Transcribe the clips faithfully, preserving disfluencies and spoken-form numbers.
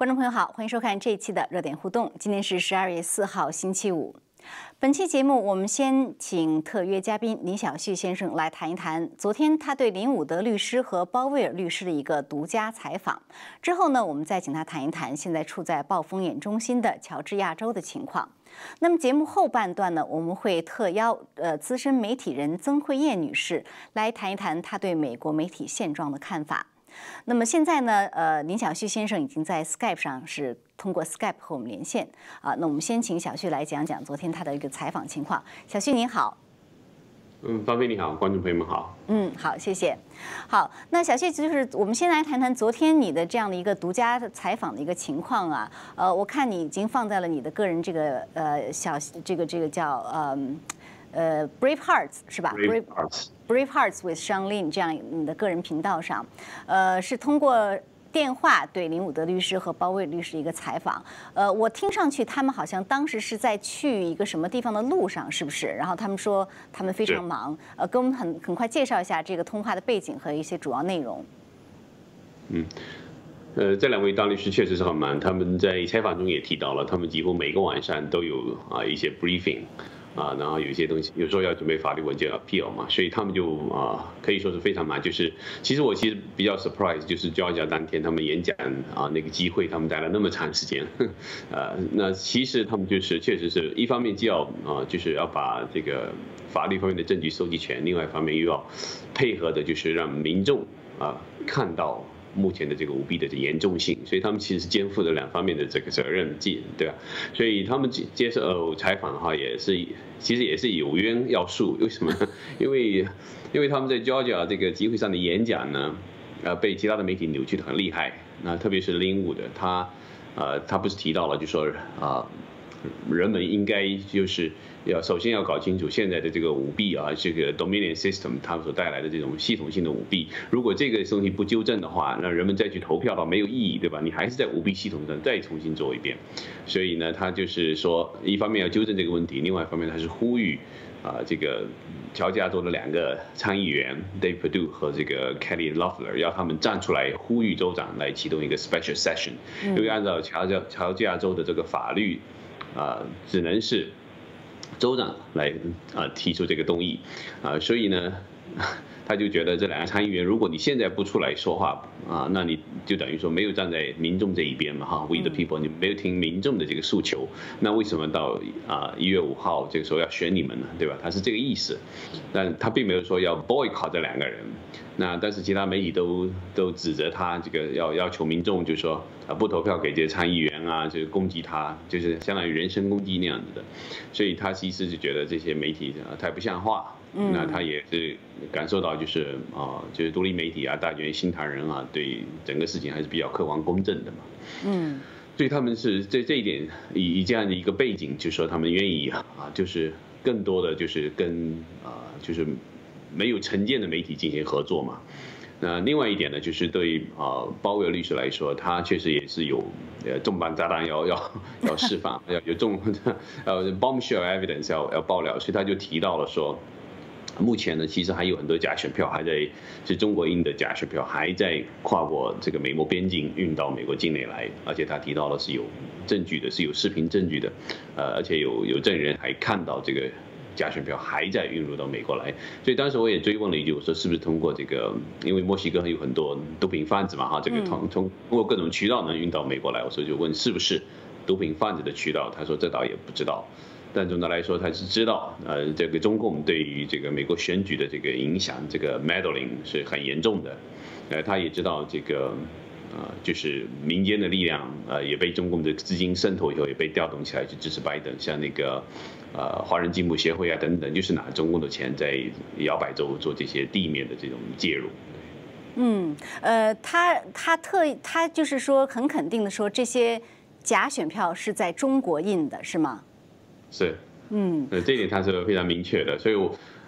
观众朋友好，欢迎收看这一期的热点互动。今天是十二月四号，星期五。本期节目，我们先请特约嘉宾林小旭先生来谈一谈昨天他对林伍德律师和鲍威尔律师的一个独家采访。之后呢，我们再请他谈一谈现在处在暴风眼中心的乔治亚州的情况。那么节目后半段呢，我们会特邀呃资深媒体人曾慧燕女士来谈一谈她对美国媒体现状的看法。那么现在呢，呃，林小旭先生已经在 Skype 上是通过 Skype 和我们连线啊。那我们先请小旭来讲讲昨天他的一个采访情况。小旭您好。 嗯，方菲你好，观众朋友们好。 嗯，好，谢谢。好，那小旭就是我们先来谈谈昨天你的这样的一个独家采访的一个情况啊。呃，我看你已经放在了你的个人这个呃小这个这个叫呃呃 Brave Hearts 是吧 ？Brave Hearts。Brave Hearts with Sean Lin 这样你的个人频道上，呃，是通过电话对林伍德律师和鲍威尔律师一个采访。呃，我听上去他们好像当时是在去一个什么地方的路上，是不是？然后他们说他们非常忙，呃，跟我们很很快介绍一下这个通话的背景和一些主要内容。 嗯。呃，这两位大律师确实是很忙，他们在采访中也提到了，他们几乎每个晚上都有啊一些 briefing。啊，然后有一些东西，有时候要准备法律文件 appeal 嘛，所以他们就啊可以说是非常忙。就是其实我其实比较 surprise， 就是 Georgia 当天他们演讲啊那个机会，他们待了那么长时间，呃，那其实他们就是确实是一方面既要啊就是要把这个法律方面的证据收集全，另外一方面又要配合的就是让民众啊看到目前的这个舞弊的严重性，所以他们其实是肩负着两方面的这个责任，对吧？所以他们接受采访的话，也是其实也是有冤要诉。为什么？因为因为他们在 Georgia 这个集会上的演讲呢，呃，被其他的媒体扭曲得很厉害。那特别是林伍的，他呃他不是提到了，就说啊、呃，人们应该就是要首先要搞清楚现在的这个舞弊啊，这个 Dominion System 它所带来的这种系统性的舞弊，如果这个东西不纠正的话，那人们再去投票的没有意义，对吧？你还是在舞弊系统上再重新做一遍。所以呢，他就是说，一方面要纠正这个问题，另外一方面他是呼吁啊、呃，这个乔治亚州的两个参议员 Dave Perdue 和这个 Kelly Loeffler 要他们站出来呼吁州长来启动一个 special session， 因为按照乔治乔治亚州的这个法律啊、呃，只能是州长来啊、呃、提出这个动议啊、呃，所以呢，他就觉得这两个参议员，如果你现在不出来说话啊、呃，那你就等于说没有站在民众这一边嘛哈 ，We the people， 你没有听民众的这个诉求，那为什么到啊一月五号这个时候要选你们呢？对吧？他是这个意思，但他并没有说要 boycott 这两个人。那但是其他媒体都都指责他这个要要求民众，就是说啊不投票给这些参议员啊，就是攻击他，就是相当于人身攻击那样子的，所以他其实就觉得这些媒体啊太不像话。嗯，那他也是感受到就是啊、呃，就是独立媒体啊，大觉新唐人啊，对整个事情还是比较客观公正的嘛。嗯，所以他们是这这一点以以这样的一个背景，就是说他们愿意啊，就是更多的就是跟啊、呃、就是。没有成见的媒体进行合作嘛？那另外一点呢，就是对啊鲍威尔律师来说，他确实也是有呃重磅炸弹要要要释放，要有重呃 bombshell evidence 要要爆料，所以他就提到了说，目前呢其实还有很多假选票还在是中国印的假选票还在跨过这个美国边境运到美国境内来，而且他提到了是有证据的，是有视频证据的，呃而且有有证人还看到这个。假选票还在运入到美国来，所以当时我也追问了一句，我说是不是通过这个，因为墨西哥有很多毒品贩子嘛，哈，这个通通过各种渠道能运到美国来，我说就问是不是毒品贩子的渠道，他说这倒也不知道，但总的来说他是知道，呃，这个中共对于这个美国选举的这个影响，这个 meddling 是很严重的，呃，他也知道这个。呃，就是民间的力量，呃，也被中共的资金渗透以后，也被调动起来去支持拜登，像那个，呃，华人进步协会啊等等，就是拿中共的钱在摇摆州做这些地面的这种介入。 嗯，呃，他他特他就是说很肯定的说，这些假选票是在中国印的，是吗？ 是， 嗯， 呃，这一点他是非常明确的，所以我。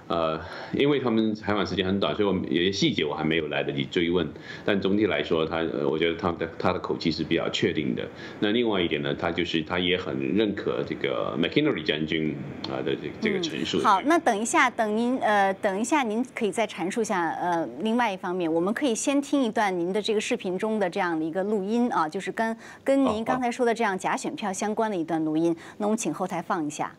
呃，因为他们采访时间很短，所以我有些细节我还没有来得及追问。但总体来说，他我觉得他的他的口气是比较确定的。那另外一点呢，他就是他也很认可这个 McHenry 将军啊的这这个陈述。 嗯、好，那等一下，等您呃，等一下，您可以再阐述一下呃，另外一方面，我们可以先听一段您的这个视频中的这样的一个录音啊，就是跟跟您刚才说的这样假选票相关的一段录音。那我们请后台放一下。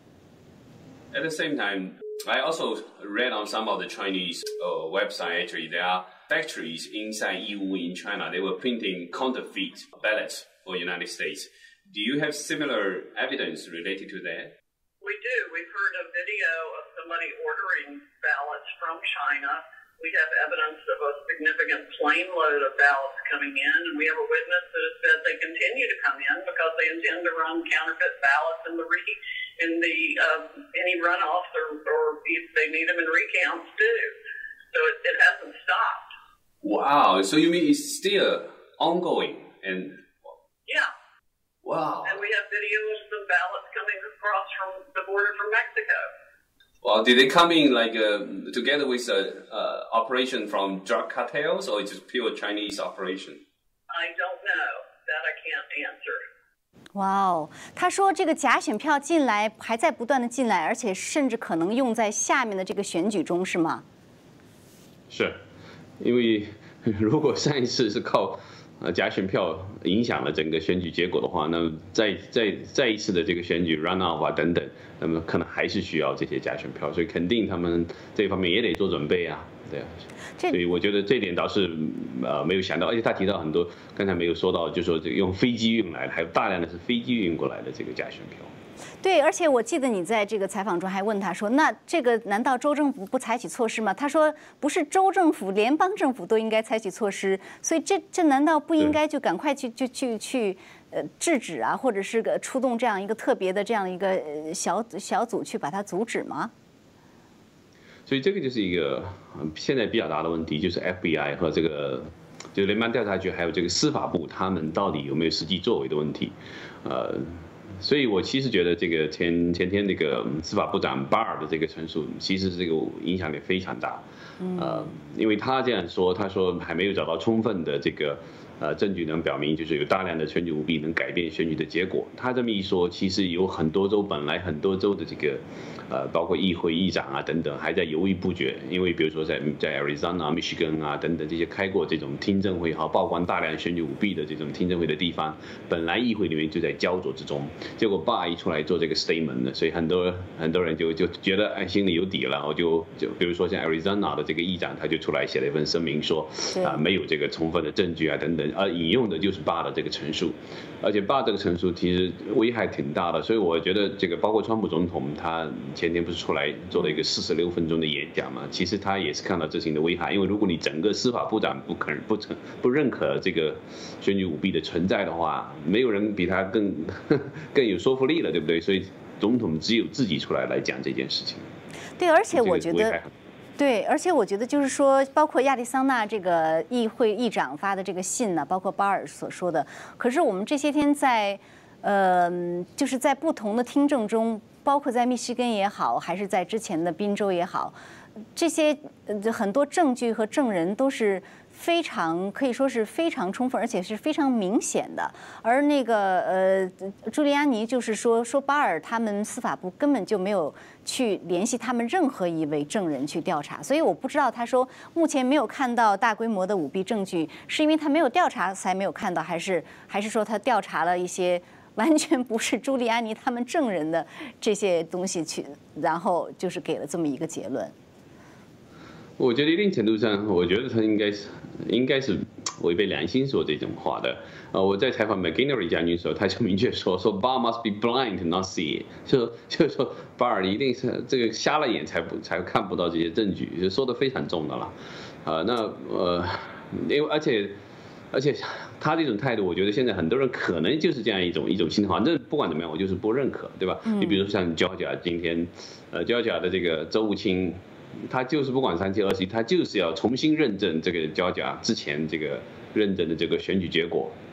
At the same time, I also read on some of the Chinese uh, website, actually, there are factories inside E U in China. They were printing counterfeit ballots for United States. Do you have similar evidence related to that? We do. We've heard a video of somebody ordering ballots from China. We have evidence of a significant plane load of ballots coming in, and we have a witness that has said they continue to come in because they intend to run counterfeit ballots in the re- in the uh, any runoffs or, or if they need them in recounts too. So it, it hasn't stopped. Wow. So you mean it's still ongoing? And yeah. Wow. And we have videos of the ballots coming across from the border from Mexico. Well, did they come in like uh, together with a uh, operation from drug cartels, or it's just pure Chinese operation? I don't know. That I can't answer. 哇哦，他说这个假选票进来还在不断的进来，而且甚至可能用在下面的这个选举中，是吗？ 是，因为如果上一次是靠呃假选票影响了整个选举结果的话，那再再再一次的这个选举 run off 啊等等，那么可能还是需要这些假选票，所以肯定他们这方面也得做准备啊，对啊。所以我觉得这点倒是呃没有想到，而且他提到很多刚才没有说到，就是说这个用飞机运来的，还有大量的是飞机运过来的这个假选票。 对，而且我记得你在这个采访中还问他说：“那这个难道州政府不采取措施吗？”他说：“不是州政府，联邦政府都应该采取措施。所以这这难道不应该就赶快去就去去呃制止啊，或者是个出动这样一个特别的这样一个小小组去把它阻止吗？” 所以这个就是一个现在比较大的问题，就是 F B I 和这个就是联邦调查局还有这个司法部，他们到底有没有实际作为的问题，呃。所以，我其实觉得这个前前天那个司法部长巴尔的这个陈述，其实这个影响力非常大，呃，因为他这样说，他说还没有找到充分的这个呃证据能表明，就是有大量的选举舞弊能改变选举的结果。他这么一说，其实有很多州本来很多州的这个呃，包括议会议长啊等等，还在犹豫不决，因为比如说在在 Arizona、Michigan 啊等等这些开过这种听证会和曝光大量选举舞弊的这种听证会的地方，本来议会里面就在焦灼之中。结果巴一出来做这个 statement 呢，所以很多很多人就就觉得哎心里有底了，我就就比如说像 Arizona 的这个议长，他就出来写了一份声明说啊没有这个充分的证据啊等等，而引用的就是巴的这个陈述，而且巴这个陈述其实危害挺大的，所以我觉得这个包括川普总统他前天不是出来做了一个四十六分钟的演讲嘛，其实他也是看到这情的危害，因为如果你整个司法部长不肯不承不认可这个选举舞弊的存在的话，没有人比他更更有说服力了，对不对？所以总统只有自己出来来讲这件事情。 对，而且我觉得，对，而且我觉得就是说，包括亚利桑那这个议会议长发的这个信呢，包括巴尔所说的，可是我们这些天在，呃，就是在不同的听证中，包括在密西根也好，还是在之前的宾州也好，这些很多证据和证人都是非常可以说是非常充分，而且是非常明显的。而那个呃，朱利安尼就是说，说巴尔他们司法部根本就没有去联系他们任何一位证人去调查，所以我不知道他说目前没有看到大规模的舞弊证据，是因为他没有调查才没有看到，还是还是说他调查了一些完全不是朱利安尼他们证人的这些东西去，然后就是给了这么一个结论。 我觉得一定程度上，我觉得他应该是应该是违背良心说这种话的。呃，我在采访 McHenry 将军的时候，他就明确说说 Barr must be blind to not see， 就就是说巴尔一定是这个瞎了眼才不才看不到这些证据，就说的非常重的了。呃，那呃，因为而且而且他这种态度，我觉得现在很多人可能就是这样一种一种心态，反正不管怎么样，我就是不认可，对吧？你、嗯、比如说像 Georgia 今天，呃 ，Georgia 的这个州务卿。他就是不管三七二十一，他就是要重新认证这个交甲之前这个认证的这个选举结果，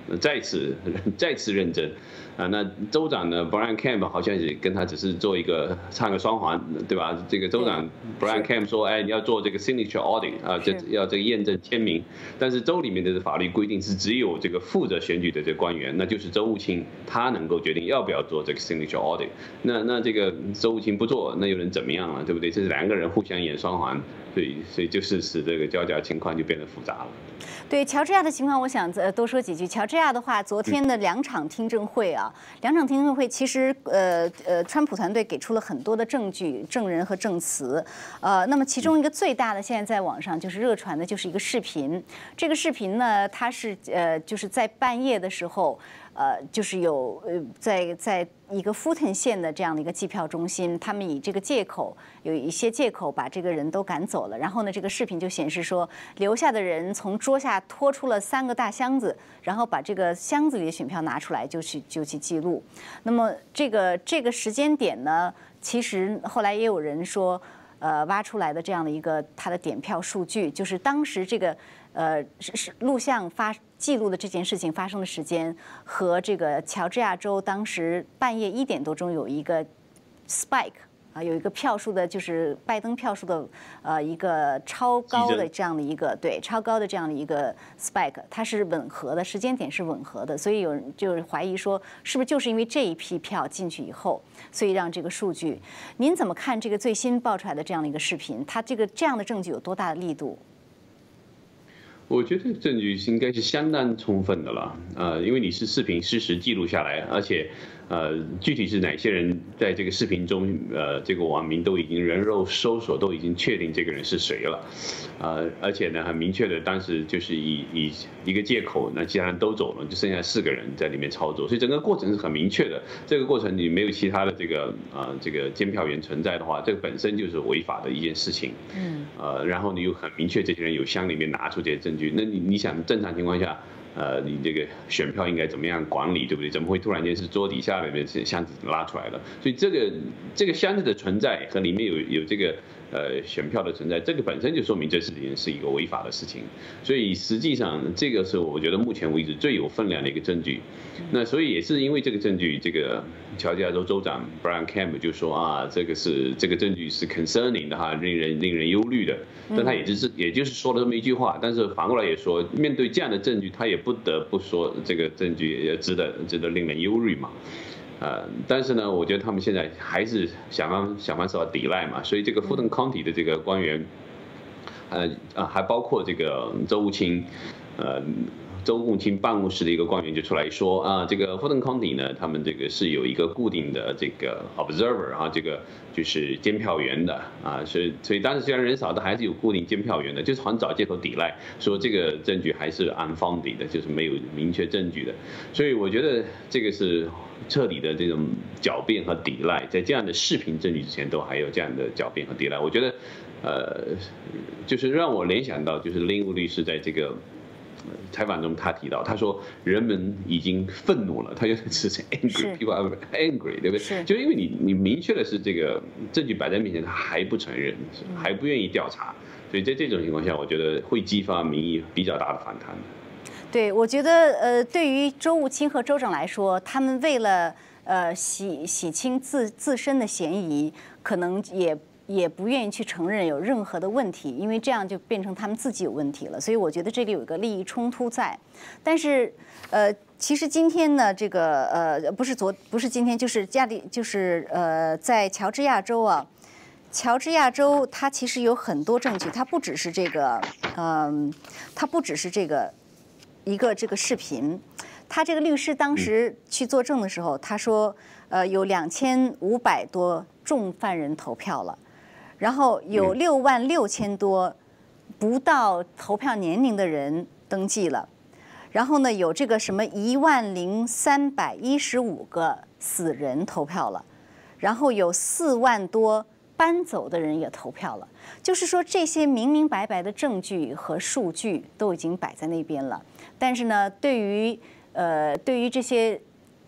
再次再次认真。啊，那州长呢 ，Brian Kemp 好像是跟他只是做一个唱个双簧，对吧？这个州长 Brian Kemp 说，哎，你要做这个 signature audit 啊，这要这个验证签名。但是州里面的法律规定是只有这个负责选举的这个官员，那就是州务卿，他能够决定要不要做这个 signature audit。那那这个州务卿不做，那又能怎么样了，对不对？这是两个人互相演双簧，所以所以就是使这个交假情况就变得复杂了。 对乔治亚的情况，我想呃多说几句。乔治亚的话，昨天的两场听证会啊，两场听证会其实呃呃，川普团队给出了很多的证据、证人和证词，呃，那么其中一个最大的现在在网上就是热传的，就是一个视频。这个视频呢，它是呃就是在半夜的时候。呃，就是有呃，在在一个福腾县的这样的一个计票中心，他们以这个借口，有一些借口把这个人都赶走了。然后呢，这个视频就显示说，留下的人从桌下拖出了三个大箱子，然后把这个箱子里的选票拿出来就去就去记录。那么这个这个时间点呢，其实后来也有人说，呃，挖出来的这样的一个他的点票数据，就是当时这个。呃，是是录像发记录的这件事情发生的时间和这个乔治亚州当时半夜一点多钟有一个 spike 啊，有一个票数的，就是拜登票数的呃一个超高的这样的一个对超高的这样的一个 spike， 它是吻合的，时间点是吻合的，所以有人就是怀疑说，是不是就是因为这一批票进去以后，所以让这个数据？您怎么看这个最新爆出来的这样的一个视频？它这个这样的证据有多大的力度？ 我觉得证据应该是相当充分的了，呃，因为你是视频实时记录下来，而且，呃，具体是哪些人在这个视频中，呃，这个网民都已经人肉搜索，都已经确定这个人是谁了，呃，而且呢，很明确的，当时就是以以一个借口，那其他人都走了，就剩下四个人在里面操作，所以整个过程是很明确的。这个过程你没有其他的这个呃这个监票员存在的话，这个本身就是违法的一件事情，嗯，呃，然后你又很明确这些人有箱里面拿出这些证据。那你你想正常情况下，呃，你这个选票应该怎么样管理，对不对？怎么会突然间是桌底下里面是箱子拉出来了？所以这个这个箱子的存在和里面有有这个呃选票的存在，这个本身就说明这事情是一个违法的事情。所以实际上这个是我觉得目前为止最有分量的一个证据。那所以也是因为这个证据，这个乔治亚州州长 Brian Kemp 就说啊，这个是这个证据是 concerning 的哈，令人令人忧虑的。但他也就是也就是说了这么一句话，但是反过来也说，面对这样的证据，他也不得不说这个证据也值得值得令人忧虑嘛。呃，但是呢，我觉得他们现在还是想方想方设法抵赖嘛，所以这个富登 County 的这个官员，呃啊，还包括这个州务卿，呃。州务卿办公室的一个官员就出来说啊，这个富登 County 呢，他们这个是有一个固定的这个 observer 啊，这个就是监票员的啊，所以所以当时虽然人少，但还是有固定监票员的，就是好像找借口抵赖，说这个证据还是 unfounded 的，就是没有明确证据的，所以我觉得这个是彻底的这种狡辩和抵赖，在这样的视频证据之前都还有这样的狡辩和抵赖，我觉得呃，就是让我联想到就是林武律师在这个。采访中他提到，他说人们已经愤怒了，他就是 angry，people are angry， 对不对？就因为你你明确的是这个证据摆在面前，他还不承认，还不愿意调查，所以在这种情况下，我觉得会激发民意比较大的反弹。 对，我觉得呃，对于州务卿和州长来说，他们为了呃洗洗清自自身的嫌疑，可能也。也不愿意去承认有任何的问题，因为这样就变成他们自己有问题了。所以我觉得这里有一个利益冲突在。但是，呃，其实今天呢，这个呃，不是昨，不是今天，就是加利，就是呃，在乔治亚州啊，乔治亚州它其实有很多证据，它不只是这个，嗯、呃，它不只是这个一个这个视频。他这个律师当时去作证的时候，他说，呃，有两千五百多重犯人投票了。然后有六万六千多不到投票年龄的人登记了，然后呢有这个什么一万零三百一十五个死人投票了，然后有四万多搬走的人也投票了，就是说这些明明白白的证据和数据都已经摆在那边了，但是呢，对于呃对于这些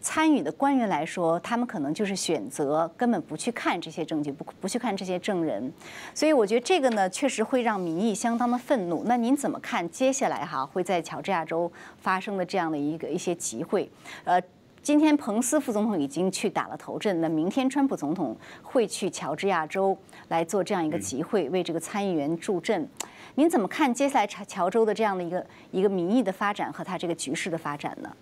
参与的官员来说，他们可能就是选择根本不去看这些证据，不不去看这些证人，所以我觉得这个呢，确实会让民意相当的愤怒。那您怎么看接下来哈会在乔治亚州发生的这样的一个一些集会？呃，今天彭斯副总统已经去打了头阵，那明天川普总统会去乔治亚州来做这样一个集会，为这个参议员助阵。您怎么看接下来乔乔州的这样的一个一个民意的发展和它这个局势的发展呢？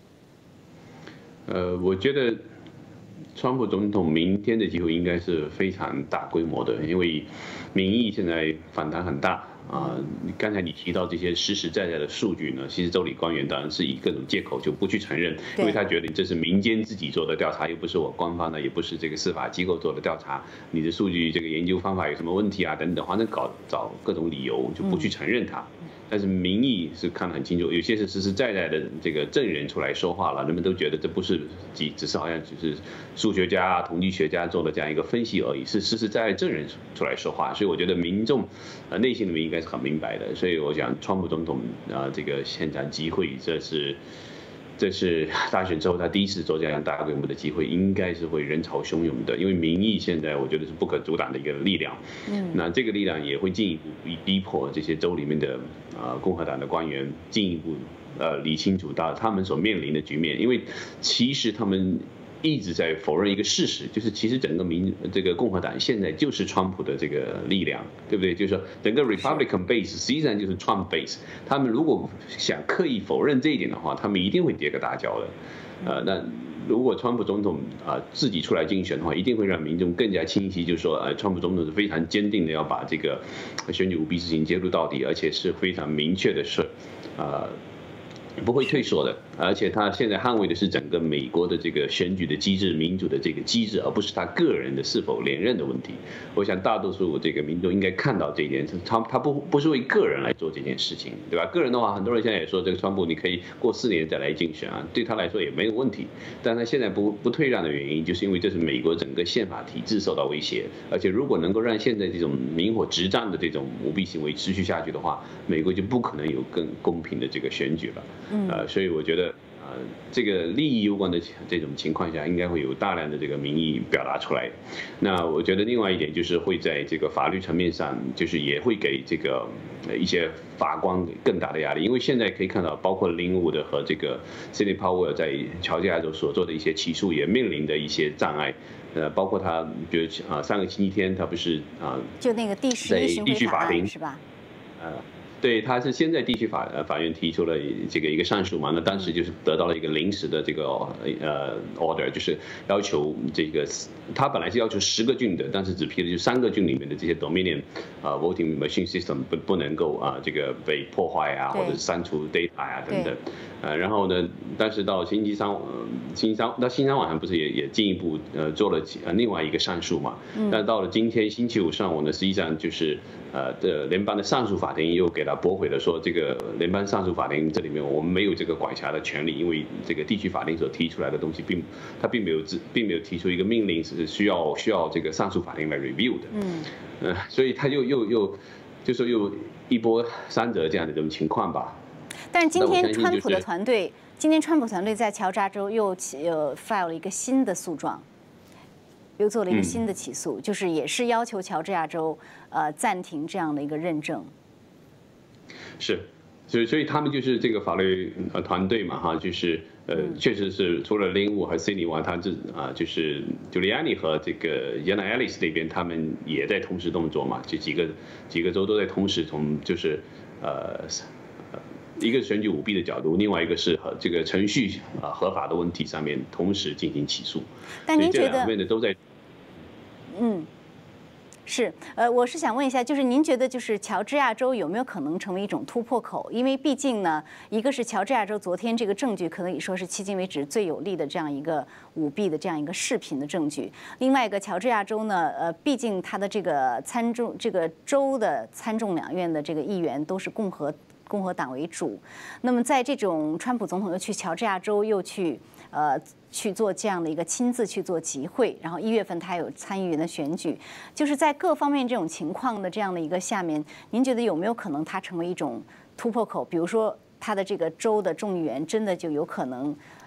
呃，我觉得川普总统明天的机会应该是非常大规模的，因为民意现在反弹很大啊。刚才你提到这些实实在在的数据呢，其实州里官员当然是以各种借口就不去承认，因为他觉得这是民间自己做的调查，又不是我官方的，也不是这个司法机构做的调查，你的数据这个研究方法有什么问题啊等等，反正搞找各种理由就不去承认它。但是民意是看得很清楚，有些是实实在在的这个证人出来说话了，人们都觉得这不是只只是好像只是数学家啊、统计学家做的这样一个分析而已，是实实在在证人出来说话，所以我觉得民众呃内心里面应该是很明白的，所以我想川普总统啊、呃、这个现场集会，这是。这是大选之后他第一次做这样大规模的机会，应该是会人潮汹涌的，因为民意现在我觉得是不可阻挡的一个力量。嗯，那这个力量也会进一步逼迫这些州里面的呃共和党的官员进一步呃理清楚到他们所面临的局面，因为其实他们一直在否认一个事实，就是其实整个民这个共和党现在就是川普的这个力量，对不对？就是说整个 Republican base 实际上就是 Trump base， 他们如果想刻意否认这一点的话，他们一定会跌个大跤的。呃，那如果川普总统啊、呃、自己出来竞选的话，一定会让民众更加清晰，就是说，呃，川普总统是非常坚定的要把这个选举舞弊事情揭露到底，而且是非常明确的是，呃。不会退缩的，而且他现在捍卫的是整个美国的这个选举的机制、民主的这个机制，而不是他个人的是否连任的问题。我想大多数这个民众应该看到这一点，他他不不是为个人来做这件事情，对吧？个人的话，很多人现在也说，这个川普你可以过四年再来竞选啊，对他来说也没有问题。但他现在不不退让的原因，就是因为这是美国整个宪法体制受到威胁，而且如果能够让现在这种明火执仗的这种舞弊行为持续下去的话，美国就不可能有更公平的这个选举了。呃，所以我觉得，呃，这个利益攸关的这种情况下，应该会有大量的这个民意表达出来。那我觉得另外一点就是会在这个法律层面上，就是也会给这个一些法官更大的压力，因为现在可以看到，包括林伍的和这个 Sidney Powell 在乔治亚州所做的一些起诉，也面临的一些障碍。呃，包括他，比如啊，上个星期天他不是啊， 就那个第十一巡回法庭是吧？呃。 对，他是先在地区法呃法院提出了这个一个上诉嘛，那当时就是得到了一个临时的这个呃 order， 就是要求这个他本来是要求十个郡的，但是只批了就三个郡里面的这些 Dominion 啊 voting machine system 不不能够啊这个被破坏啊，或者是删除 data 啊等等，呃然后呢，但是到星期三，呃、星期三到星期三晚上不是也也进一步呃做了呃另外一个上诉嘛，嗯、但到了今天星期五上午呢，实际上就是呃的联邦的上诉法庭又给他驳回了，说这个联邦上诉法庭这里面我们没有这个管辖的权利，因为这个地区法庭所提出来的东西并他并没有并没有提出一个命令是需要需要这个上诉法庭来 review 的，嗯，呃，所以他又又又就说又一波三折这样的这种情况吧。 但是今天川普的团队，今天川普团队在乔治亚州又呃 file 了一个新的诉状。又做了一个新的起诉，嗯、就是也是要求乔治亚州呃暂停这样的一个认证。 是，所以所以他们就是这个法律呃团队嘛哈，就是呃确实是除了林伍和 Sidney 外，他这啊就是 Giuliani 和这个 Yana Ellis 那边他们也在同时动作嘛，这几个几个州都在同时从就是呃。一个选举舞弊的角度，另外一个是和这个程序啊合法的问题上面同时进行起诉。 但您觉得？ 这两面的都在。 嗯，是，呃，我是想问一下，就是您觉得，就是乔治亚州有没有可能成为一种突破口？因为毕竟呢，一个是乔治亚州昨天这个证据可以说是迄今为止最有力的这样一个舞弊的这样一个视频的证据，另外一个乔治亚州呢，呃，毕竟它的这个参众这个州的参众两院的这个议员都是共和。共和党为主，那么在这种川普总统又去乔治亚州又去呃去做这样的一个亲自去做集会，然后一月份他有参议员的选举，就是在各方面这种情况的这样的一个下面，您觉得有没有可能它成为一种突破口？比如说他的这个州的众议员真的就有可能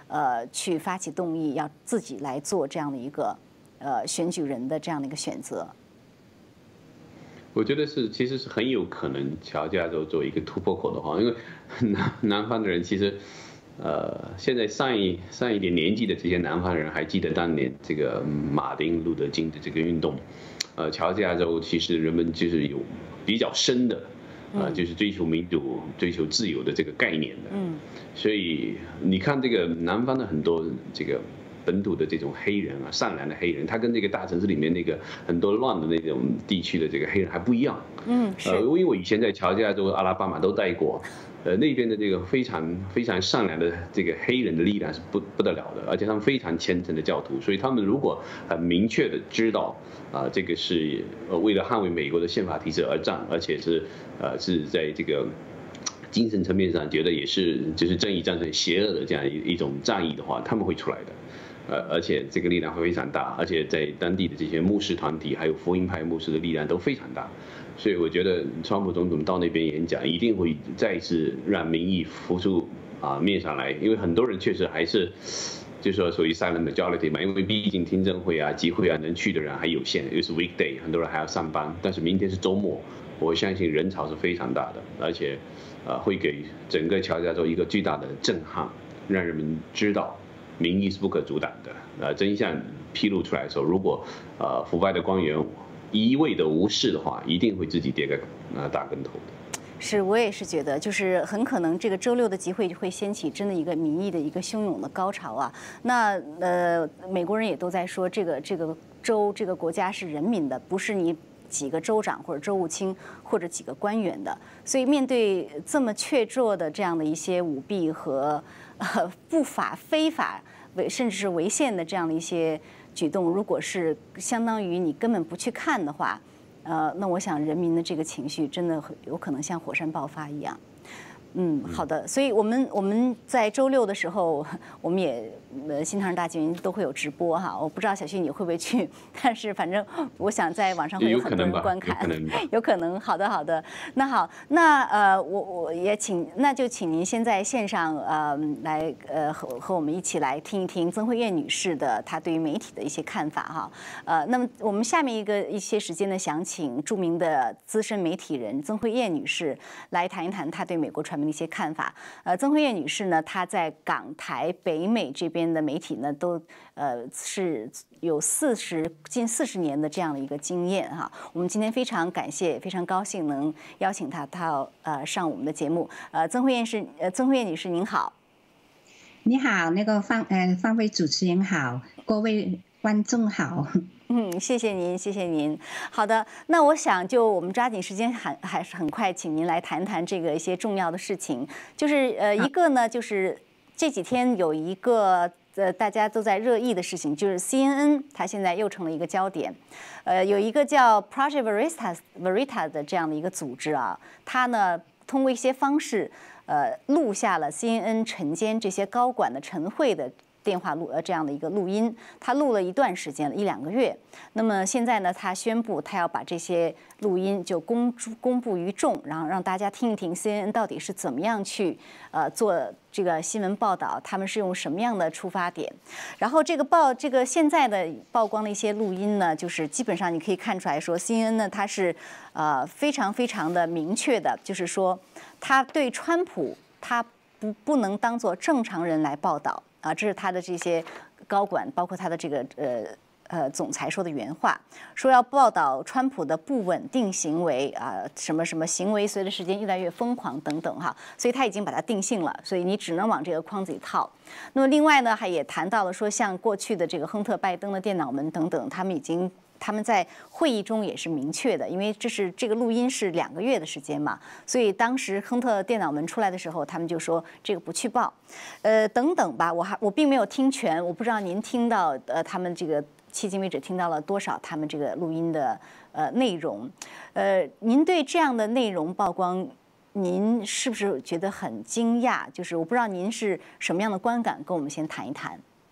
呃去发起动议，要自己来做这样的一个呃选举人的这样的一个选择？ 我觉得是，其实是很有可能乔治亚州做一个突破口的话，因为南南方的人其实，呃，现在上一上一点年纪的这些南方人还记得当年这个马丁路德金的这个运动，呃，乔治亚州其实人们就是有比较深的，呃，就是追求民主、追求自由的这个概念的，嗯，所以你看这个南方的很多这个。本土的这种黑人啊，善良的黑人，他跟这个大城市里面那个很多乱的那种地区的这个黑人还不一样。嗯，是。呃，因为我以前在乔治亚州、阿拉巴马都待过，呃，那边的这个非常非常善良的这个黑人的力量是不不得了的，而且他们非常虔诚的教徒，所以他们如果很明确的知道啊、呃，这个是呃为了捍卫美国的宪法体制而战，而且是呃是在这个。精神层面上觉得也是就是正义战胜邪恶的这样一一种战役的话，他们会出来的，呃，而且这个力量会非常大，而且在当地的这些牧师团体还有福音派牧师的力量都非常大，所以我觉得川普总统到那边演讲一定会再次让民意浮出啊面上来，因为很多人确实还是。就是说属于 silent majority 嘛，因为毕竟听证会啊、集会啊能去的人还有限，又是 weekday， 很多人还要上班。但是明天是周末，我相信人潮是非常大的，而且，呃，会给整个乔治亚州一个巨大的震撼，让人们知道民意是不可阻挡的。呃，真相披露出来的时候，如果呃腐败的官员一味的无视的话，一定会自己跌个呃大跟头的。 是我也是觉得，就是很可能这个周六的集会会掀起真的一个民意的一个汹涌的高潮啊。那呃，美国人也都在说，这个这个州这个国家是人民的，不是你几个州长或者州务卿或者几个官员的。所以面对这么确凿的这样的一些舞弊和呃不法、非法违甚至是违宪的这样的一些举动，如果是相当于你根本不去看的话。呃，那我想人民的这个情绪真的有可能像火山爆发一样。嗯，好的。所以我们我们在周六的时候，我们也呃新唐人大纪元都会有直播哈。我不知道小旭你会不会去，但是反正我想在网上会有很多人观看， 有可能吧？ 有可能。好的，好的。那好，那呃我我也请，那就请您先在线上呃来呃和和我们一起来听一听曾慧燕女士的她对于媒体的一些看法哈。呃，那么我们下面一个一些时间呢，想请著名的资深媒体人曾慧燕女士来谈一谈她对美国传。的一些看法，呃，曾慧燕女士呢，她在港台北美这边的媒体呢，都呃是有四十近四十年的这样的一个经验哈。我们今天非常感谢，非常高兴能邀请她到呃上我们的节目。呃，曾慧燕是呃曾慧燕女士您好， 你好，那个方呃方位主持人好，各位观众好。 嗯，谢谢您，谢谢您。好的，那我想就我们抓紧时间，还还是很快，请您来谈谈这个一些重要的事情。就是呃，一个呢，就是这几天有一个呃大家都在热议的事情，就是 C N N 它现在又成了一个焦点。呃，有一个叫 Project Veritas Veritas 的这样的一个组织啊，它呢通过一些方式呃录下了 C N N 晨间这些高管的晨会的。电话录呃这样的一个录音，他录了一段时间了，一两个月。那么现在呢，他宣布他要把这些录音就公诸公布于众，然后让大家听一听 C N N 到底是怎么样去呃做这个新闻报道，他们是用什么样的出发点。然后这个报这个现在的曝光的一些录音呢，就是基本上你可以看出来说 C N N 呢它是呃非常非常的明确的，就是说他对川普他不不能当作正常人来报道。啊，这是他的这些高管，包括他的这个呃呃总裁说的原话，说要报道川普的不稳定行为啊，什么什么行为随着时间越来越疯狂等等哈，所以他已经把它定性了，所以你只能往这个框子里套。那么另外呢，还也谈到了说，像过去的这个亨特、拜登的电脑门等等，他们已经。他们在会议中也是明确的，因为这是这个录音是两个月的时间嘛，所以当时亨特电脑门出来的时候，他们就说这个不去报，呃等等吧，我还我并没有听全，我不知道您听到呃他们这个迄今为止听到了多少他们这个录音的呃内容，呃您对这样的内容曝光，您是不是觉得很惊讶？就是我不知道您是什么样的观感，跟我们先谈一谈。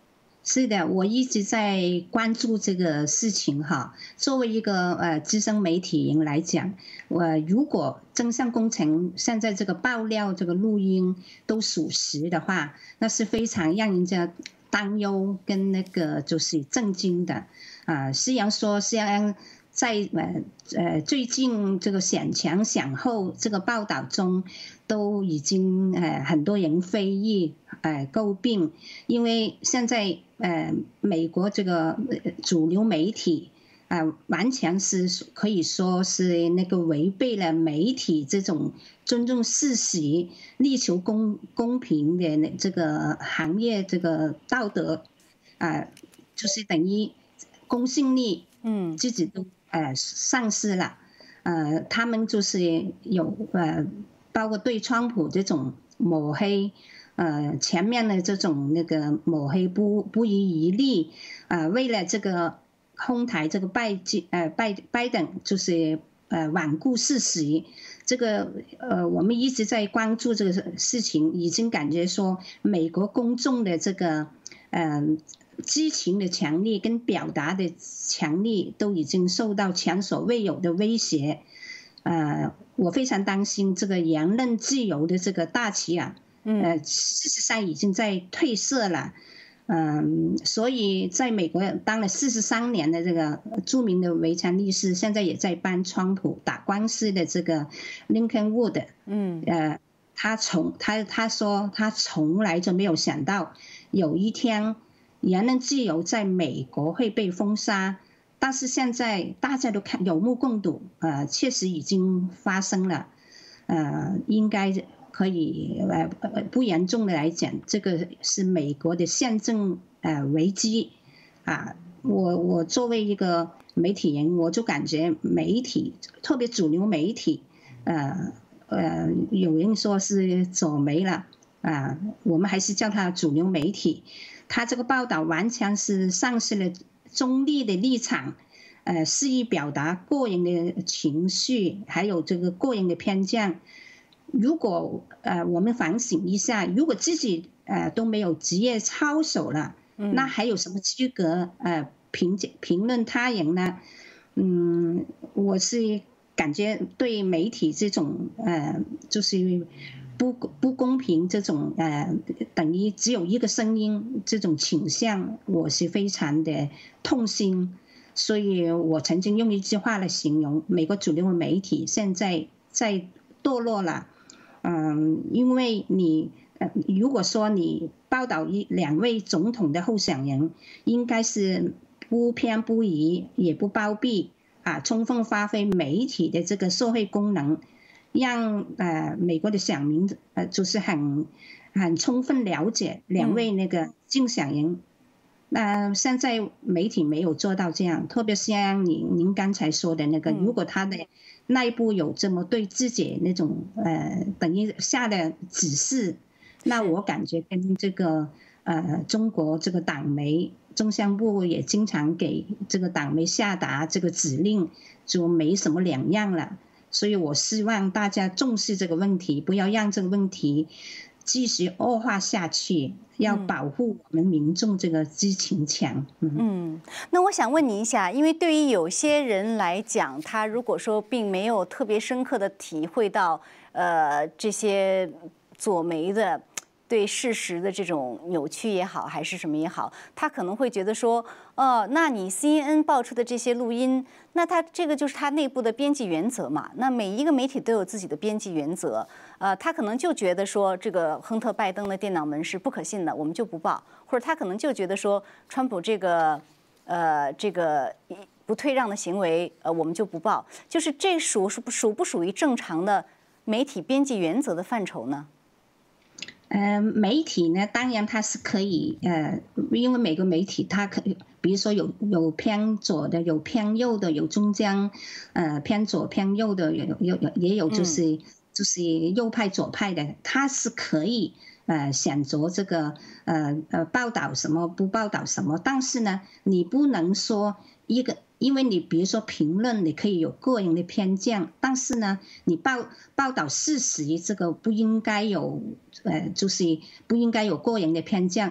是的，我一直在关注这个事情哈。作为一个呃资深媒体人来讲，我如果真相工程现在这个爆料这个录音都属实的话，那是非常让人家担忧跟那个就是震惊的啊。虽然说虽然在呃呃最近这个想前想后这个报道中，都已经呃很多人非议呃诟病，因为现在呃美国这个主流媒体啊、呃、完全是可以说是那个违背了媒体这种尊重事实、力求公公平的这个行业这个道德啊、呃，就是等于公信力嗯自己都呃丧失了，呃他们就是有呃。包括对川普这种抹黑，呃，前面的这种那个抹黑不不遗余力，啊、呃，为了这个哄抬这个拜呃拜拜登，就是呃罔顾事实，这个呃我们一直在关注这个事情，已经感觉说美国公众的这个嗯、呃、激情的强烈跟表达的强烈都已经受到前所未有的威胁。呃，我非常担心这个言论自由的这个大旗啊，呃，事实上已经在褪色了，嗯、呃，所以在美国当了四十三年的这个著名的维权律师，现在也在帮川普打官司的这个 Lincoln Wood， 嗯，呃，他从他他说他从来就没有想到有一天言论自由在美国会被封杀。但是现在大家都看有目共睹，呃，确实已经发生了，呃，应该可以呃不严重的来讲，这个是美国的宪政呃危机，啊，我我作为一个媒体人，我就感觉媒体，特别主流媒体，呃呃，有人说是走媒了，啊，我们还是叫它主流媒体，它这个报道完全是丧失了中立的立场，呃，肆意表达个人的情绪，还有这个个人的偏见。如果呃我们反省一下，如果自己呃都没有职业操守了，那还有什么资格呃评评论他人呢？嗯，我是感觉对媒体这种呃就是不不公平这种呃等于只有一个声音这种倾向，我是非常的痛心。所以我曾经用一句话来形容美国主流媒体现在在堕落了。嗯，因为你呃如果说你报道一两位总统的候选人，应该是不偏不倚，也不包庇啊，充分发挥媒体的这个社会功能。让呃美国的选民呃就是很很充分了解两位那个竞选人，那、呃、现在媒体没有做到这样，特别是像您您刚才说的那个，如果他的内部有这么对自己那种呃等于下的指示，那我感觉跟这个呃中国这个党媒中宣部也经常给这个党媒下达这个指令，就没什么两样了。所以我希望大家重视这个问题，不要让这个问题继续恶化下去，要保护我们民众这个知情权。嗯, 嗯，那我想问你一下，因为对于有些人来讲，他如果说并没有特别深刻的体会到，呃，这些左媒的对事实的这种扭曲也好，还是什么也好，他可能会觉得说，哦，那你 C N N 爆出的这些录音，那他这个就是他内部的编辑原则嘛？那每一个媒体都有自己的编辑原则，呃，他可能就觉得说，这个亨特·拜登的电脑门是不可信的，我们就不报；或者他可能就觉得说，川普这个，呃，这个不退让的行为，呃，我们就不报。就是这属属不属不属于正常的媒体编辑原则的范畴呢？ 呃，媒体呢，当然它是可以，呃，因为每个媒体它可以，比如说有有偏左的，有偏右的，有中间，呃，偏左偏右的，有有有也有就是、嗯、就是右派左派的，它是可以呃选择这个呃呃报道什么不报道什么，但是呢，你不能说一个。因为你比如说评论，你可以有个人的偏见，但是呢，你报报道事实，这个不应该有，呃，就是不应该有个人的偏见。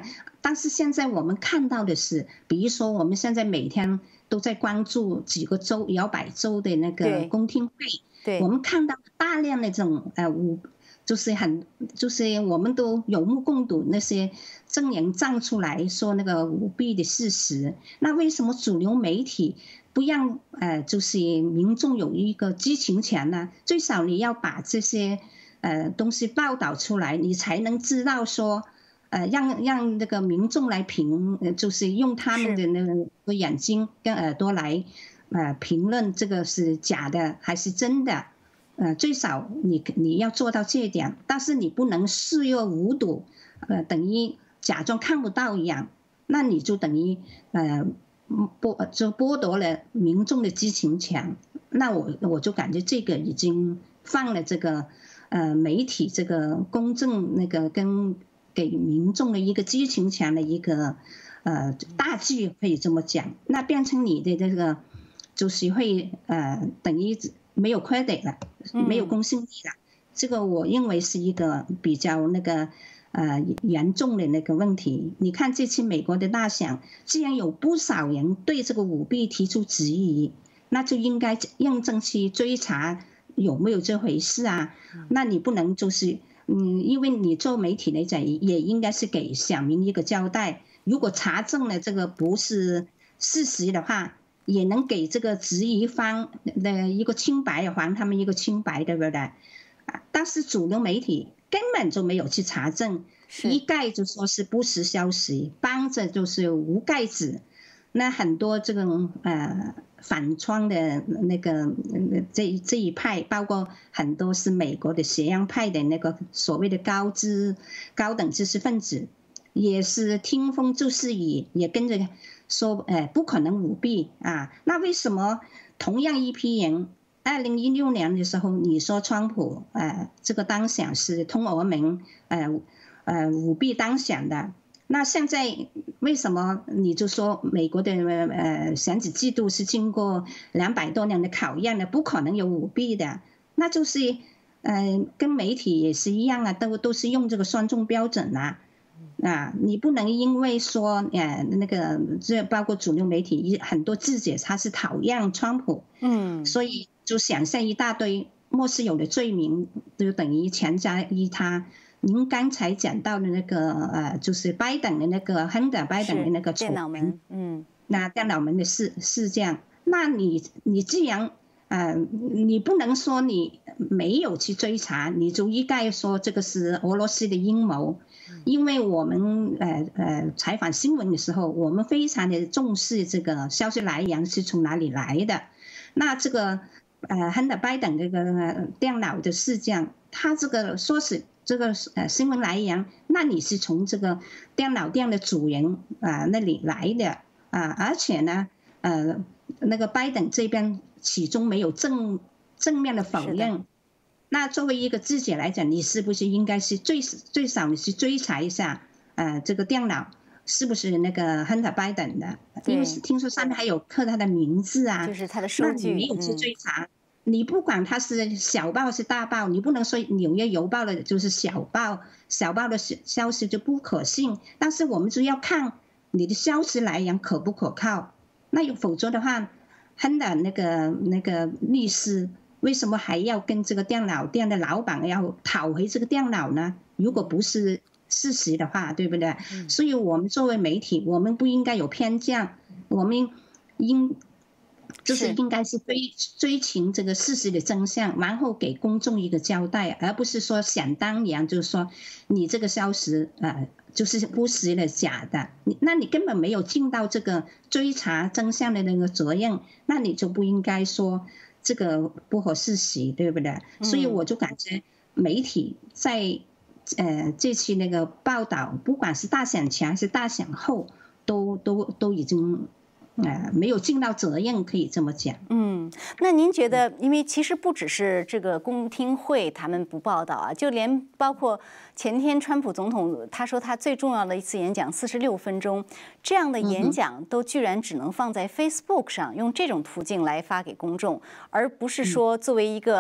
但是现在我们看到的是，比如说我们现在每天都在关注几个州摇摆州的那个公听会， 对， 我们看到大量的这种呃舞，就是很就是我们都有目共睹，那些证人站出来说那个舞弊的事实。那为什么主流媒体不让呃就是民众有一个知情权呢？最少你要把这些呃东西报道出来，你才能知道说。呃，让让那个民众来评，呃，就是用他们的那个眼睛跟耳朵来，呃，评论这个是假的还是真的，呃，最少你你要做到这一点，但是你不能视若无睹，呃，等于假装看不到一样，那你就等于呃剥就剥夺了民众的知情权，那我我就感觉这个已经犯了这个呃媒体这个公正那个跟。给民众的一个知情权的一个呃大忌，可以这么讲，那变成你的这个就是会呃等于没有 credit 了，没有公信力了。嗯、这个我认为是一个比较那个呃严重的那个问题。你看这次美国的大选，既然有不少人对这个舞弊提出质疑，那就应该认真去追查有没有这回事啊。那你不能就是。嗯，因为你做媒体来讲，也应该是给小民一个交代。如果查证了这个不是事实的话，也能给这个质疑方的一个清白，还他们一个清白，对不对？但是主流媒体根本就没有去查证，一概就说是不实消息，帮着就是无盖子。那很多这种呃反川的那个这这一派，包括很多是美国的斜阳派的那个所谓的高知高等知识分子，也是听风就是雨，也跟着说，呃，不可能舞弊啊。那为什么同样一批人，二零一六年的时候，你说川普呃这个当选是通俄门呃呃舞弊当选的？那现在为什么你就说美国的呃选举制度是经过两百多年的考验的，不可能有舞弊的？那就是呃跟媒体也是一样啊，都都是用这个双重标准啊。啊，你不能因为说呃那个这包括主流媒体很多记者他是讨厌川普，嗯，所以就想象一大堆莫须有的罪名，就等于强加于他。您刚才讲到的那个呃，就是拜登的那个亨特拜登的那个电脑门，嗯， 那电脑门的事事这样，那你你既然呃，你不能说你没有去追查，你就一概说这个是俄罗斯的阴谋，因为我们呃呃采访新闻的时候，我们非常的重视这个消息来源是从哪里来的。那这个呃亨特拜登这个电脑的事件，他这个说是。这个呃新闻来源，那你是从这个电脑店的主人啊、呃、那里来的啊，而且呢，呃，那个拜登这边始终没有正正面的否认。那作为一个记者来讲，你是不是应该是最最少你去追查一下，呃，这个电脑是不是那个亨特拜登的？因为听说上面还有刻他的名字啊， 就是他的数据， 那你没有去追查。嗯，你不管它是小报是大报，你不能说纽约邮报的就是小报，小报的消息就不可信。但是我们就要看你的消息来源可不可靠。那否则的话，亨特那个那个律师为什么还要跟这个电脑店的老板要讨回这个电脑呢？如果不是事实的话，对不对？嗯、所以我们作为媒体，我们不应该有偏见，我们应。就是应该是追追寻这个事实的真相，然后给公众一个交代，而不是说想当然就是说你这个消息呃就是不实的假的，你那你根本没有尽到这个追查真相的那个责任，那你就不应该说这个不合事实，对不对？嗯、所以我就感觉媒体在呃这期那个报道，不管是大选前还是大选后，都都都已经。呃，没有尽到责任，可以这么讲。 嗯，那您觉得，因为其实不只是这个公听会他们不报道啊，就连包括前天川普总统他说他最重要的一次演讲四十六分钟，这样的演讲都居然只能放在 Facebook 上，用这种途径来发给公众，而不是说作为一个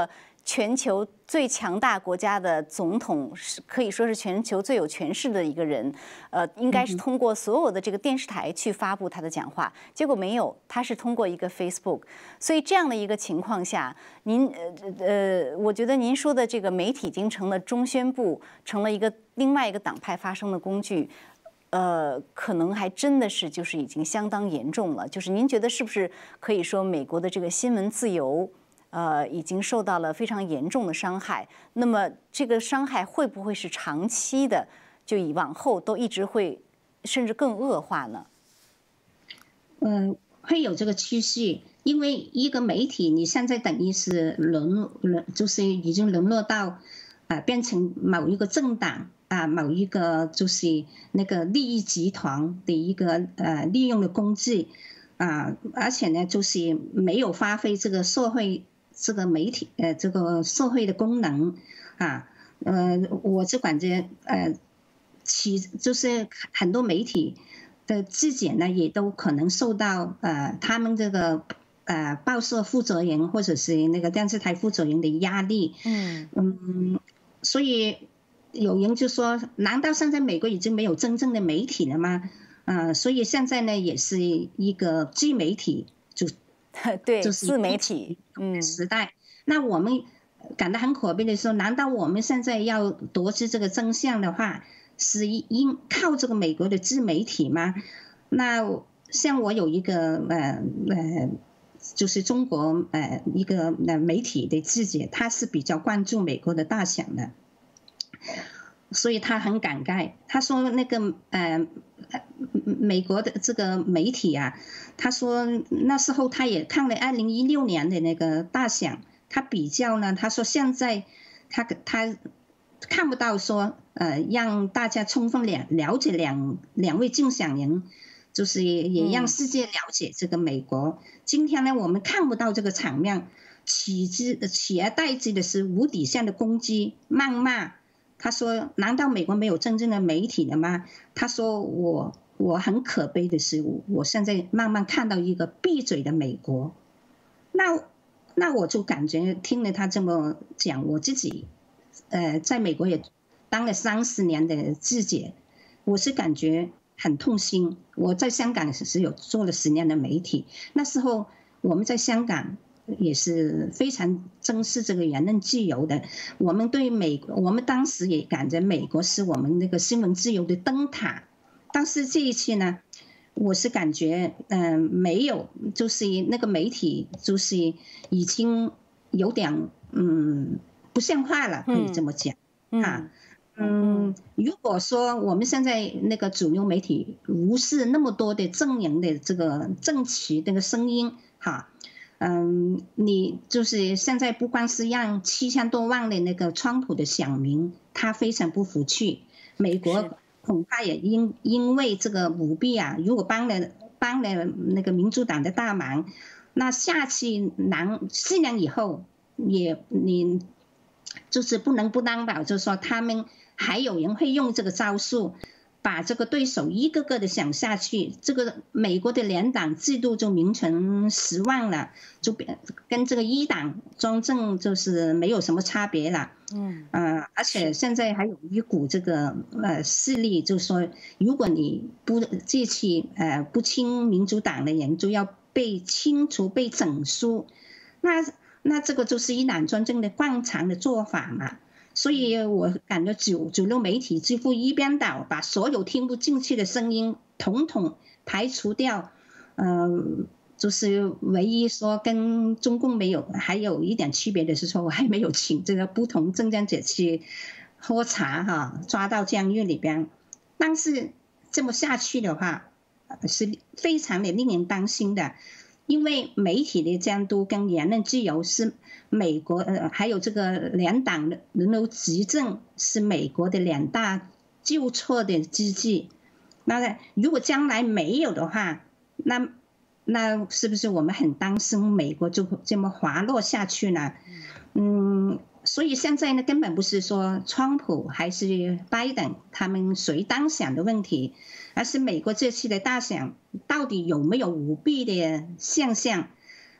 全球最强大国家的总统，是可以说是全球最有权势的一个人，呃，应该是通过所有的这个电视台去发布他的讲话，结果没有，他是通过一个 Facebook。所以这样的一个情况下，您呃呃，我觉得您说的这个媒体已经成了中宣部，成了一个另外一个党派发声的工具。呃，可能还真的是就是已经相当严重了。就是您觉得是不是可以说美国的这个新闻自由？呃，已经受到了非常严重的伤害。那么，这个伤害会不会是长期的？就以往后都一直会，甚至更恶化呢？ 嗯、呃，会有这个趋势，因为一个媒体，你现在等于是沦沦，就是已经沦落到啊、呃，变成某一个政党啊、呃，某一个就是那个利益集团的一个呃利用的工具啊、呃，而且呢，就是没有发挥这个社会。这个媒体呃，这个社会的功能啊，呃，我就感觉呃，其就是很多媒体的质检呢，也都可能受到呃他们这个呃报社负责人或者是那个电视台负责人的压力。嗯嗯，所以有人就说，难道现在美国已经没有真正的媒体了吗？啊、呃，所以现在呢，也是一个自媒体就。 对， 就是自媒体嗯时代。那我们感到很可悲的时候，难道我们现在要夺知这个真相的话，是因靠这个美国的自媒体吗？那像我有一个呃呃，就是中国呃一个呃媒体的记者，他是比较关注美国的大选的，所以他很感慨，他说那个呃。美国的这个媒体啊，他说那时候他也看了二零一六年的那个大选，他比较呢，他说现在他他看不到说呃让大家充分了了解两两位竞选人，就是也让世界了解这个美国。嗯、今天呢，我们看不到这个场面，取之取而代之的是无底线的攻击、谩骂。他说：“难道美国没有真正的媒体了吗？”他说：“我我很可悲的是，我现在慢慢看到一个闭嘴的美国。”那那我就感觉听了他这么讲，我自己呃在美国也当了三十年的记者，我是感觉很痛心。我在香港是有做了十年的媒体，那时候我们在香港。也是非常珍视这个言论自由的。我们对美国，我们当时也感觉美国是我们那个新闻自由的灯塔。但是这一次呢，我是感觉，嗯、呃，没有，就是那个媒体就是已经有点，嗯，不像话了，可以这么讲、嗯、啊。嗯，如果说我们现在那个主流媒体无视那么多的阵营的这个政企那个声音，哈。嗯，你就是现在不光是让七千多万的那个川普的选民他非常不服气，美国恐怕也因因为这个舞弊啊，如果帮了帮了那个民主党的大忙，那下期难四年以后也你就是不能不担保，就是说他们还有人会用这个招数。把这个对手一个个的想下去，这个美国的两党制度就名存实亡了，就跟这个一党专政就是没有什么差别了。嗯，呃，而且现在还有一股这个呃势力，就是说，如果你不这期呃不亲民主党的人，就要被清除、被整肃，那那这个就是一党专政的惯常的做法嘛。所以我感觉主主流媒体几乎一边倒，把所有听不进去的声音统统排除掉。嗯、呃，就是唯一说跟中共没有还有一点区别的是说，我还没有请这个不同政见者去喝茶哈，抓到监狱里边。但是这么下去的话，是非常的令人担心的。因为媒体的监督跟言论自由是美国呃，还有这个两党轮流执政是美国的两大纠错的机制。那如果将来没有的话，那那是不是我们很担心美国就这么滑落下去呢？嗯，所以现在呢，根本不是说川普还是拜登他们谁当选的问题，而是美国这次的大选到底有没有舞弊的现象？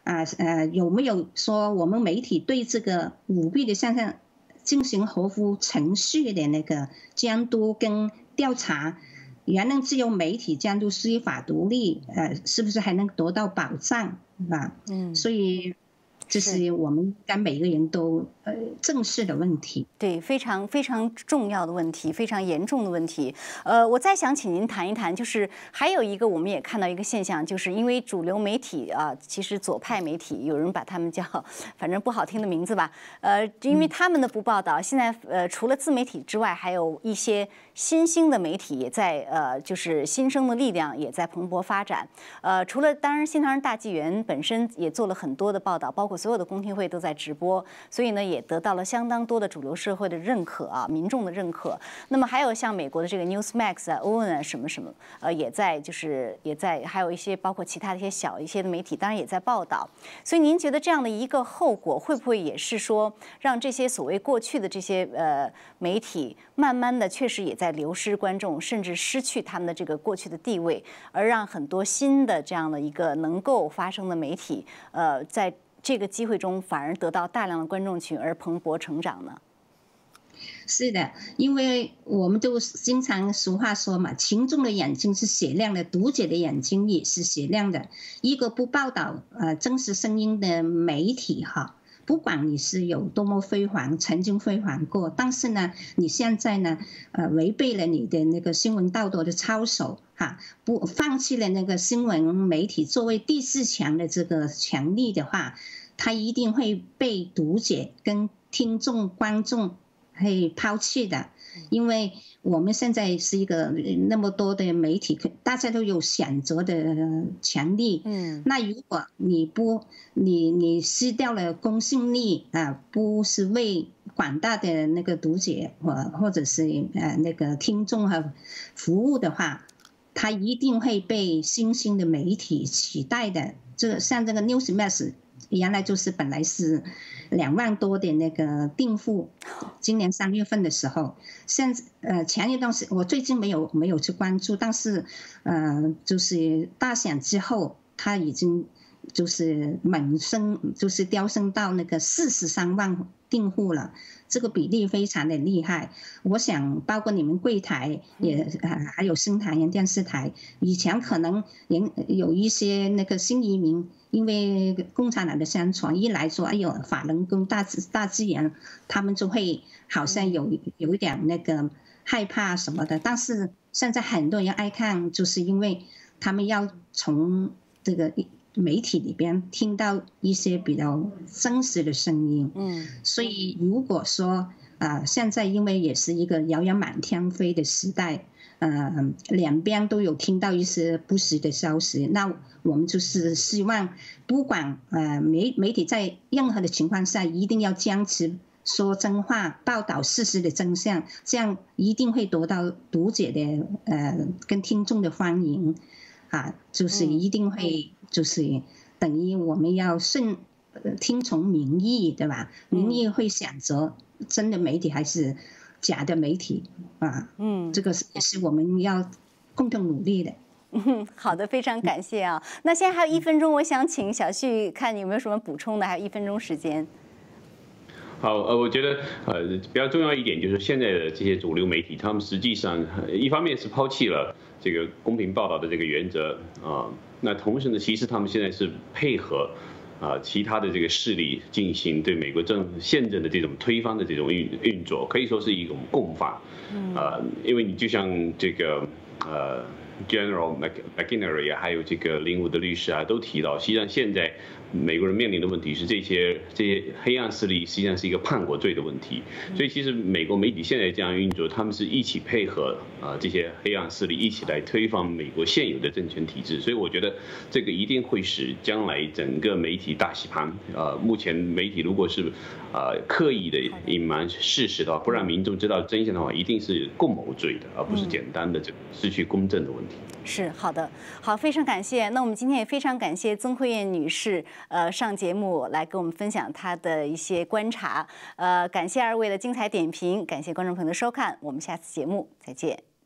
啊呃有没有说我们媒体对这个舞弊的现象进行合乎程序的那个监督跟调查？言论自由、媒体监督、司法独立，呃，是不是还能得到保障啊？嗯，所以这是我们该每个人都呃正视的问题。 对，非常非常重要的问题，非常严重的问题。呃，我再想请您谈一谈，就是还有一个我们也看到一个现象，就是因为主流媒体啊，其实左派媒体有人把他们叫，反正不好听的名字吧，呃，因为他们的不报道，现在呃除了自媒体之外，还有一些新兴的媒体也在呃，就是新生的力量也在蓬勃发展。呃，除了当然新唐人大纪元本身也做了很多的报道，包括所有的公听会都在直播，所以呢也得到了相当多的主流社会的认可啊，民众的认可。那么还有像美国的这个 Newsmax 啊、Owen 啊什么什么，呃，也在就是也在，还有一些包括其他的一些小一些的媒体，当然也在报道。所以您觉得这样的一个后果，会不会也是说让这些所谓过去的这些呃媒体，慢慢的确实也在流失观众，甚至失去他们的这个过去的地位，而让很多新的这样的一个能够发声的媒体，呃，在这个机会中反而得到大量的观众群而蓬勃成长呢？ 是的，因为我们都经常俗话说嘛，群众的眼睛是雪亮的，读者的眼睛也是雪亮的。一个不报道呃真实声音的媒体哈，不管你是有多么辉煌，曾经辉煌过，但是呢，你现在呢，呃，违背了你的那个新闻道德的操守哈，不放弃了那个新闻媒体作为第四强的这个权利的话，它一定会被读者跟听众、观众会抛弃的。因为我们现在是一个那么多的媒体，大家都有选择的权利。嗯，那如果你不你你失掉了公信力啊，不是为广大的那个读者或或者是呃那个听众和服务的话，它一定会被新兴的媒体取代的。这个像这个 Newsmax。原来就是本来是两万多的那个订户，今年三月份的时候，现呃前一段时我最近没有没有去关注，但是呃就是大选之后，它已经就是猛升，就是飙升到那个四十三万订户了，这个比例非常的厉害。我想包括你们柜台也呃还有新唐人电视台，以前可能人有一些那个新移民。因为共产党的宣传一来说，哎呦，法轮功、大自大自然，他们就会好像有有一点那个害怕什么的。但是现在很多人爱看，就是因为他们要从这个媒体里边听到一些比较真实的声音。嗯，所以如果说啊、呃，现在因为也是一个谣言满天飞的时代。呃，两边都有听到一些不实的消息，那我们就是希望，不管呃媒媒体在任何的情况下，一定要坚持说真话，报道事实的真相，这样一定会得到读者的呃跟听众的欢迎，啊，就是一定会就是等于我们要顺呃听从民意，对吧？民意会选择真的媒体还是假的媒体啊，嗯，这个也是我们要共同努力的。 嗯，好的，非常感谢啊。那现在还有一分钟，我想请小旭看你有没有什么补充的，还有一分钟时间。 好，呃，我觉得呃比较重要一点就是现在的这些主流媒体，他们实际上一方面是抛弃了这个公平报道的这个原则啊、呃，那同时呢，其实他们现在是配合。啊，其他的这个势力进行对美国政宪政的这种推翻的这种运运作，可以说是一种共犯。呃，因为你就像这个呃 General McInerney 啊，还有这个林伍德律师啊，都提到，实际上现在美国人面临的问题是这些这些黑暗势力实际上是一个叛国罪的问题。所以其实美国媒体现在这样运作，他们是一起配合啊、呃、这些黑暗势力一起来推翻美国现有的政权体制。所以我觉得这个一定会使将来整个媒体大洗盘。呃，目前媒体如果是呃刻意的隐瞒事实的话，不让民众知道真相的话，一定是共谋罪的，而不是简单的这个失去公正的问题。 是好的，好，非常感谢。那我们今天也非常感谢曾慧燕女士，呃，上节目来跟我们分享她的一些观察。呃，感谢二位的精彩点评，感谢观众朋友的收看，我们下次节目再见。